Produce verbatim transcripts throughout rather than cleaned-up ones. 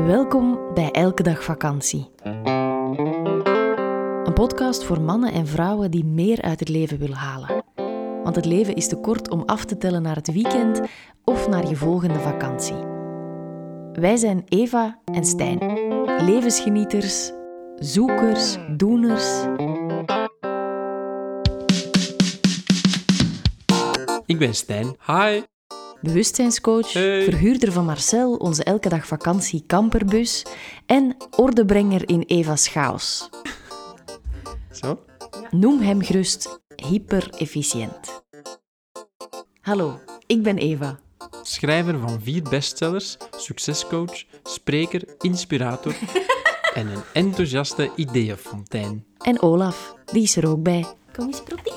Welkom bij Elke Dag Vakantie. Een podcast voor mannen en vrouwen die meer uit het leven willen halen. Want het leven is te kort om af te tellen naar het weekend of naar je volgende vakantie. Wij zijn Eva en Stijn. Levensgenieters, zoekers, doeners. Ik ben Stijn. Hi. Bewustzijnscoach, Hey. verhuurder van Marcel, onze Elke Dag Vakantie camperbus en ordebrenger in Eva's chaos. Zo? Noem hem gerust hyper-efficiënt. Hallo, ik ben Eva. Schrijver van vier bestsellers, succescoach, spreker, inspirator en een enthousiaste ideeënfontein. En Olaf, die is er ook bij. Kom eens proberen.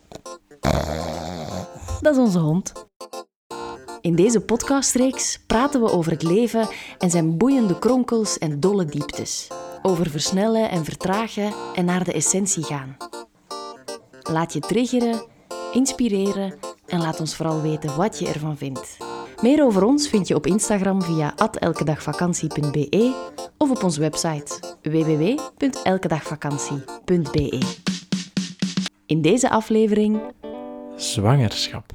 Dat is onze hond. In deze podcastreeks praten we over het leven en zijn boeiende kronkels en dolle dieptes. Over versnellen en vertragen en naar de essentie gaan. Laat je triggeren, inspireren en laat ons vooral weten wat je ervan vindt. Meer over ons vind je op Instagram via at elkedagvakantie punt be of op onze website w w w punt elkedagvakantie punt be. In deze aflevering... Zwangerschap.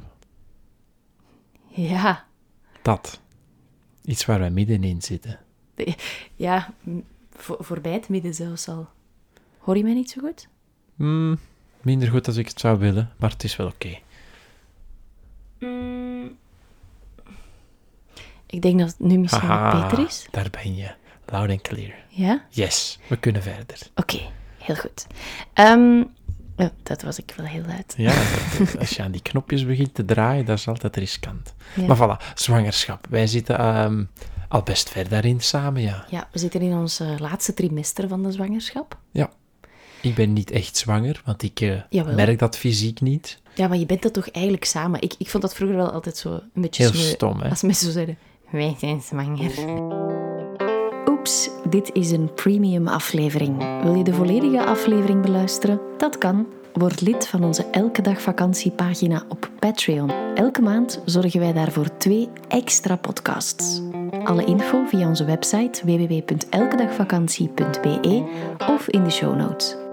Ja, Dat. Iets waar wij middenin zitten. ja m- voor, voorbij het midden zelfs al. Hoor je mij niet zo goed? Hmm, minder goed als ik het zou willen, maar het is wel oké. Mm. Ik denk dat het nu misschien wat beter is. Daar ben je. Loud and clear. Ja? Yes, we kunnen verder. Oké, heel goed. Ehm, oh, dat was ik wel heel luid. Ja, dat- als je aan die knopjes begint te draaien, dat is altijd riskant. Ja. Maar voilà, zwangerschap. Wij zitten ehm, al best ver daarin samen, ja. Ja, we zitten in ons eh, laatste trimester van de zwangerschap. Ja. Ik ben niet echt zwanger, want ik eh, Jawel. merk dat fysiek niet. Ja, maar je bent dat toch eigenlijk samen? Ik, ik vond dat vroeger wel altijd zo een beetje Heel sneu, stom, hè? als mensen zo zeiden, wij zijn zwanger. Oeps, dit is een premium aflevering. Wil je de volledige aflevering beluisteren? Dat kan. Word lid van onze Elke Dag Vakantiepagina op Patreon. Elke maand zorgen wij daarvoor twee extra podcasts. Alle info via onze website w w w punt elkedagvakantie punt be of in de show notes.